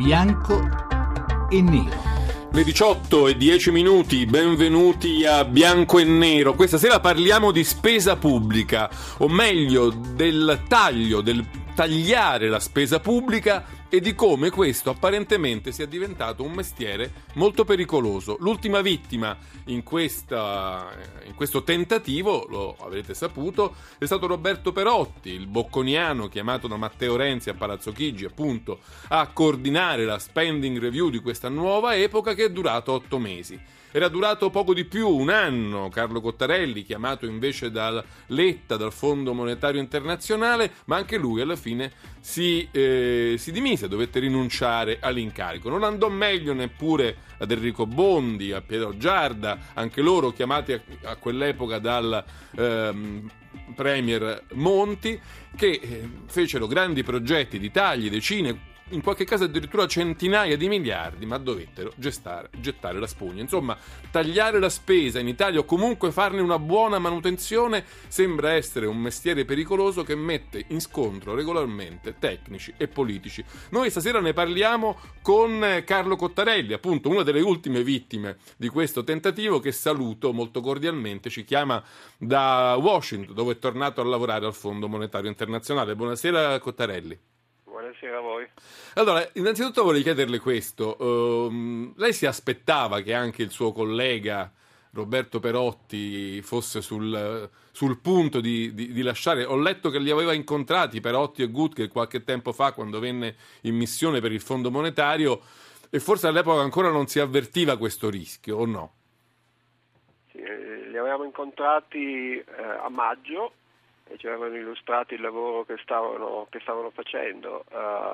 Bianco e nero. Le 18:10, benvenuti a Bianco e Nero. Questa sera parliamo di spesa pubblica, o meglio del tagliare la spesa pubblica e di come questo apparentemente sia diventato un mestiere molto pericoloso. L'ultima vittima in questo tentativo, lo avrete saputo, è stato Roberto Perotti, il bocconiano chiamato da Matteo Renzi a Palazzo Chigi appunto a coordinare la spending review di questa nuova epoca che è durato 8 mesi. Era durato poco di più, un anno, Carlo Cottarelli, chiamato invece dal Letta, dal Fondo Monetario Internazionale, ma anche lui alla fine si dimise, dovette rinunciare all'incarico. Non andò meglio neppure ad Enrico Bondi, a Pietro Giarda, anche loro chiamati a quell'epoca dal Premier Monti, che fecero grandi progetti di tagli, decine, in qualche caso addirittura centinaia di miliardi, ma dovettero gettare la spugna. Insomma, tagliare la spesa in Italia o comunque farne una buona manutenzione sembra essere un mestiere pericoloso che mette in scontro regolarmente tecnici e politici. Noi stasera ne parliamo con Carlo Cottarelli, appunto una delle ultime vittime di questo tentativo, che saluto molto cordialmente, ci chiama da Washington, dove è tornato a lavorare al Fondo Monetario Internazionale. Buonasera Cottarelli. Buonasera a voi. Allora, innanzitutto vorrei chiederle questo. Lei si aspettava che anche il suo collega Roberto Perotti fosse sul punto di lasciare? Ho letto che li aveva incontrati Perotti e Gutkel qualche tempo fa quando venne in missione per il Fondo Monetario, e forse all'epoca ancora non si avvertiva questo rischio, o no? Sì, li avevamo incontrati a maggio e ci avevano illustrato il lavoro che stavano facendo.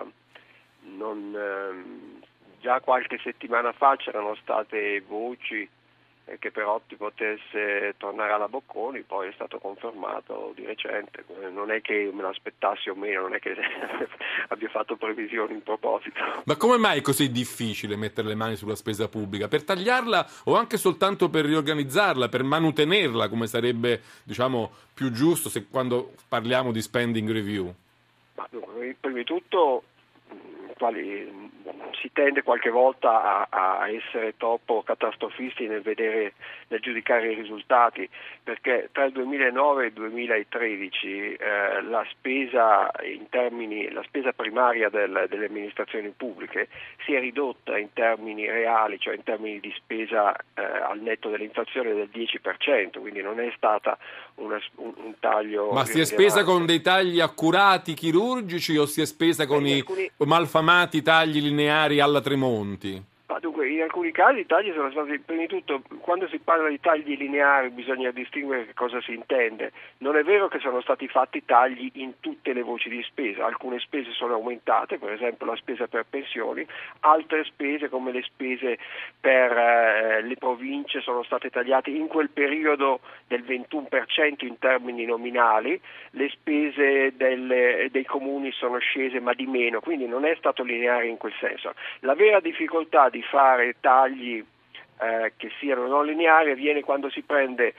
Già qualche settimana fa c'erano state voci che Perotti potesse tornare alla Bocconi, poi è stato confermato di recente. Non è che me l'aspettassi o meno, non è che abbia fatto previsioni in proposito. Ma come mai è così difficile mettere le mani sulla spesa pubblica? Per tagliarla o anche soltanto per riorganizzarla, per manutenerla, come sarebbe, diciamo, più giusto quando parliamo di spending review? Ma prima di tutto si tende qualche volta a essere troppo catastrofisti nel giudicare i risultati, perché tra il 2009 e il 2013 la spesa primaria delle amministrazioni pubbliche si è ridotta in termini reali, cioè in termini di spesa al netto dell'inflazione, del 10%, quindi non è stata un taglio. Ma si è spesa con dei tagli accurati chirurgici o si è spesa con i malfamati tagli lineari alla Tremonti? Dunque, in alcuni casi i tagli sono stati, prima di tutto, quando si parla di tagli lineari bisogna distinguere che cosa si intende. Non è vero che sono stati fatti tagli in tutte le voci di spesa, alcune spese sono aumentate, per esempio la spesa per pensioni, altre spese come le spese per le province sono state tagliate in quel periodo del 21% in termini nominali, le spese dei comuni sono scese ma di meno, quindi non è stato lineare in quel senso. La vera difficoltà di fare tagli che siano non lineari avviene quando si prende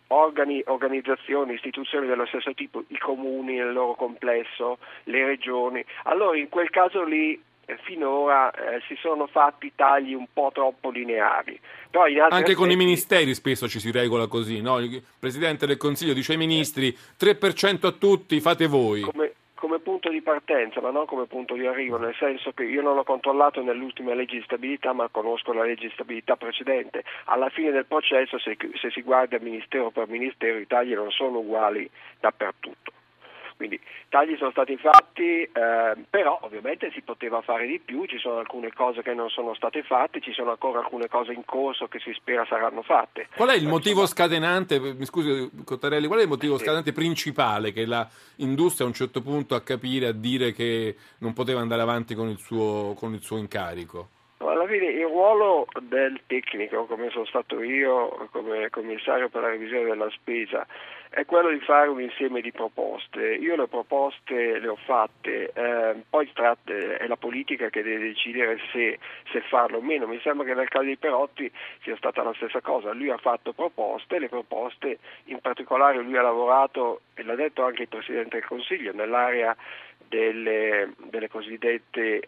organizzazioni, istituzioni dello stesso tipo, i comuni nel loro complesso, le regioni. Allora in quel caso lì finora si sono fatti tagli un po' troppo lineari. Però anche con i ministeri spesso ci si regola così, no? Il Presidente del Consiglio dice ai ministri 3% a tutti, fate voi. Come punto di partenza, ma non come punto di arrivo, nel senso che io non ho controllato nell'ultima legge di stabilità, ma conosco la legge di stabilità precedente. Alla fine del processo, se si guarda ministero per ministero, i tagli non sono uguali dappertutto. Quindi tagli sono stati fatti, però ovviamente si poteva fare di più, ci sono alcune cose che non sono state fatte, ci sono ancora alcune cose in corso che si spera saranno fatte. Qual è il motivo scatenante, mi scusi Cottarelli, qual è il motivo scatenante principale che la industria a un certo punto a capire, a dire che non poteva andare avanti con il suo incarico? Alla fine il ruolo del tecnico, come sono stato io come commissario per la revisione della spesa, è quello di fare un insieme di proposte. Io le proposte le ho fatte, poi è la politica che deve decidere se farlo o meno. Mi sembra che nel caso di Perotti sia stata la stessa cosa. Lui ha fatto proposte, le proposte, in particolare lui ha lavorato, e l'ha detto anche il Presidente del Consiglio, nell'area delle cosiddette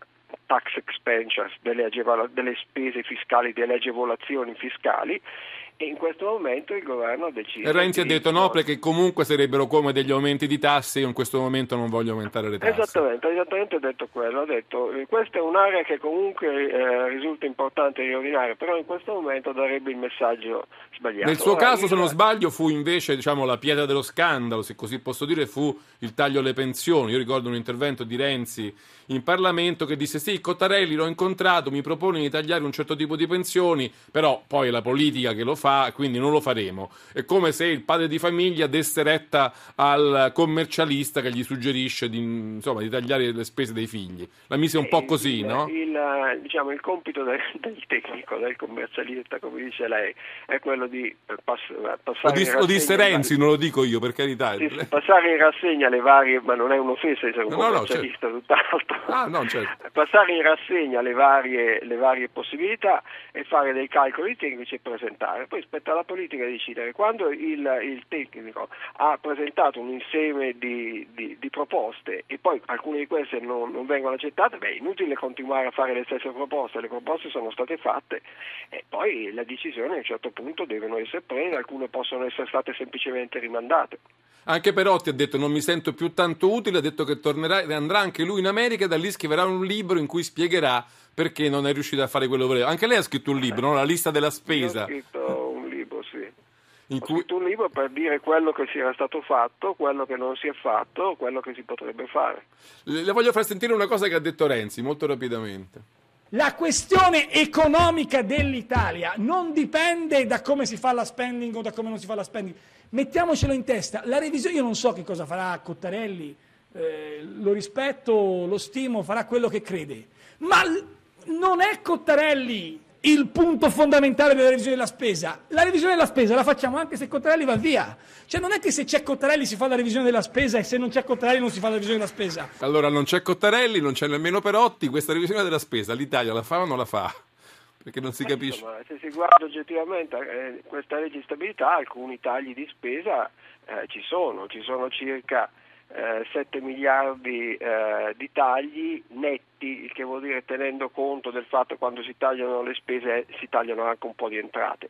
tax expenditures, delle spese fiscali, delle agevolazioni fiscali, e in questo momento il governo ha deciso. E Renzi ha detto no, perché comunque sarebbero come degli aumenti di tasse, io in questo momento non voglio aumentare le tasse. Esattamente, ha detto quello, ha detto questa è un'area che comunque risulta importante riordinare, però in questo momento darebbe il messaggio sbagliato. Nel suo caso, se non sbaglio, fu invece, diciamo, la pietra dello scandalo, se così posso dire, fu il taglio alle pensioni. Io ricordo un intervento di Renzi in Parlamento che disse sì, Cottarelli l'ho incontrato, mi propone di tagliare un certo tipo di pensioni, però poi è la politica che lo fa, quindi non lo faremo. È come se il padre di famiglia desse retta al commercialista che gli suggerisce di tagliare le spese dei figli. La mise un po' così, no? Il compito del tecnico, del commercialista, come dice lei, è quello di passare lo disse Renzi, non lo dico io, per carità. Sì, passare in rassegna le varie, ma non è un'offesa essere un commercialista, certo. tutt'altro. Certo. Passare in rassegna le varie possibilità e fare dei calcoli tecnici e presentare. Poi spetta alla politica decidere. Quando il tecnico ha presentato un insieme di proposte e poi alcune di queste non vengono accettate, è inutile continuare a fare le stesse proposte. Le proposte sono state fatte e poi la decisione a un certo punto devono essere prese, alcune possono essere state semplicemente rimandate. Anche Perotti ha detto non mi sento più tanto utile, ha detto che tornerà e andrà anche lui in America e da lì scriverà un libro in cui spiegherà perché non è riuscito a fare quello che voleva. Anche lei ha scritto un libro, no? La lista della spesa. Io ho scritto un libro, sì. Scritto un libro per dire quello che si era stato fatto, quello che non si è fatto, quello che si potrebbe fare. Le voglio far sentire una cosa che ha detto Renzi, molto rapidamente. La questione economica dell'Italia non dipende da come si fa la spending o da come non si fa la spending. Mettiamocelo in testa, la revisione, io non so che cosa farà Cottarelli, lo rispetto, lo stimo, farà quello che crede, ma non è Cottarelli il punto fondamentale della revisione della spesa. La revisione della spesa la facciamo anche se Cottarelli va via. Cioè non è che se c'è Cottarelli si fa la revisione della spesa e se non c'è Cottarelli non si fa la revisione della spesa. Allora non c'è Cottarelli, non c'è nemmeno Perotti, questa revisione della spesa l'Italia la fa o non la fa? Perché non si capisce. Insomma, se si guarda oggettivamente questa legge di stabilità, alcuni tagli di spesa ci sono circa 7 miliardi di tagli netti, il che vuol dire tenendo conto del fatto che quando si tagliano le spese si tagliano anche un po' di entrate.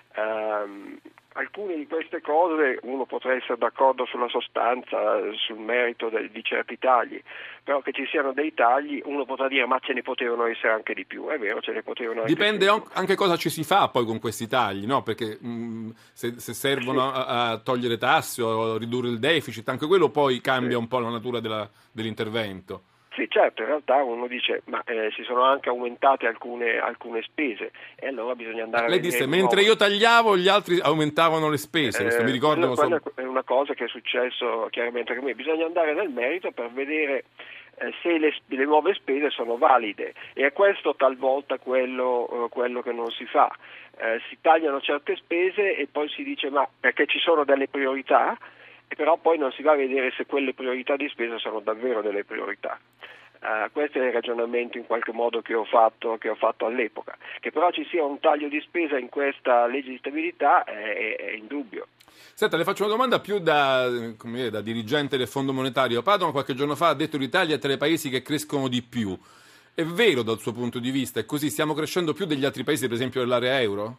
Alcune di queste cose uno potrà essere d'accordo sulla sostanza, sul merito di certi tagli, però che ci siano dei tagli uno potrà dire ma ce ne potevano essere anche di più, è vero, ce ne potevano anche dipende di più. Anche cosa ci si fa poi con questi tagli, no? Perché se servono a togliere tasse o a ridurre il deficit, anche quello poi cambia un po' la natura dell'intervento. Sì, certo, in realtà uno dice ma si sono anche aumentate alcune spese e allora bisogna andare a Lei vedere. disse mentre io tagliavo gli altri aumentavano le spese, questo mi ricordo. Quella è una cosa che è successo chiaramente anche a me, bisogna andare nel merito per vedere se le nuove spese sono valide e è questo talvolta quello che non si fa. Si tagliano certe spese e poi si dice ma perché ci sono delle priorità, e però poi non si va a vedere se quelle priorità di spesa sono davvero delle priorità. Questo è il ragionamento in qualche modo che ho fatto all'epoca. Che però ci sia un taglio di spesa in questa legge di stabilità è indubbio. Senta, le faccio una domanda più da dirigente del Fondo Monetario. Padoan qualche giorno fa ha detto che l'Italia è tra i paesi che crescono di più. È vero dal suo punto di vista? È così? Stiamo crescendo più degli altri paesi, per esempio dell'area euro?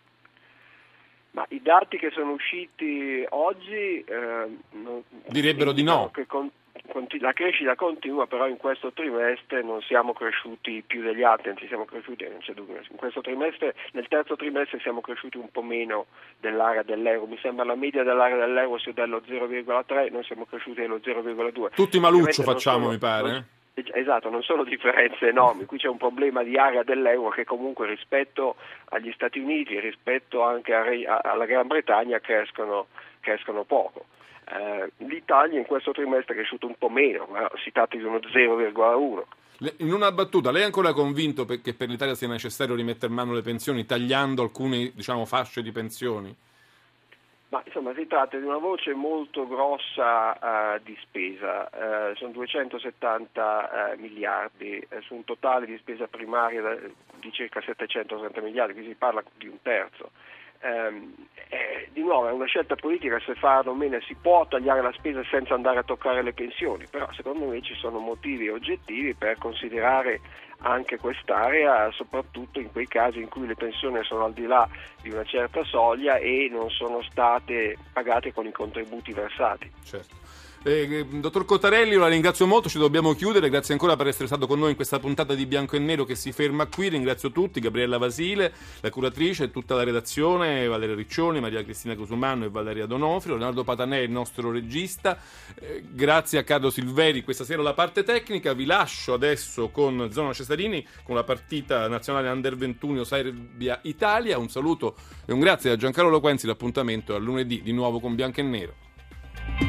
Ma i dati che sono usciti oggi direbbero di no. Che la crescita continua, però in questo trimestre non siamo cresciuti più degli altri, anzi siamo cresciuti, non c'è dubbio, in questo trimestre, nel terzo trimestre siamo cresciuti un po' meno dell'area dell'euro, mi sembra la media dell'area dell'euro sia dello 0,3, noi siamo cresciuti dello 0,2. Tutti maluccio facciamo, mi pare. Esatto, non sono differenze enormi, qui c'è un problema di area dell'euro che comunque rispetto agli Stati Uniti, rispetto anche alla Gran Bretagna crescono poco. L'Italia in questo trimestre è cresciuto un po' meno, ma si tratta di uno 0,1. In una battuta, lei è ancora convinto che per l'Italia sia necessario rimettere in mano le pensioni, tagliando alcune fasce di pensioni? Ma insomma si tratta di una voce molto grossa di spesa, sono 270 miliardi su un totale di spesa primaria di circa 730 miliardi, quindi si parla di un terzo. Di nuovo è una scelta politica, se farlo o meno. Si può tagliare la spesa senza andare a toccare le pensioni, però secondo me ci sono motivi oggettivi per considerare anche quest'area, soprattutto in quei casi in cui le pensioni sono al di là di una certa soglia e non sono state pagate con i contributi versati. Certo. Dottor Cottarelli, io la ringrazio molto, ci dobbiamo chiudere, grazie ancora per essere stato con noi in questa puntata di Bianco e Nero che si ferma qui. Ringrazio tutti, Gabriella Vasile, la curatrice, e tutta la redazione, Valeria Riccioni, Maria Cristina Cosumanno e Valeria Donofrio, Leonardo Patanè, il nostro regista, grazie a Carlo Silveri questa sera la parte tecnica. Vi lascio adesso con Zona Cesarini, con la partita nazionale Under 21 Serbia-Italia. Un saluto e un grazie da Giancarlo Loquenzi, l'appuntamento è a lunedì di nuovo con Bianco e Nero.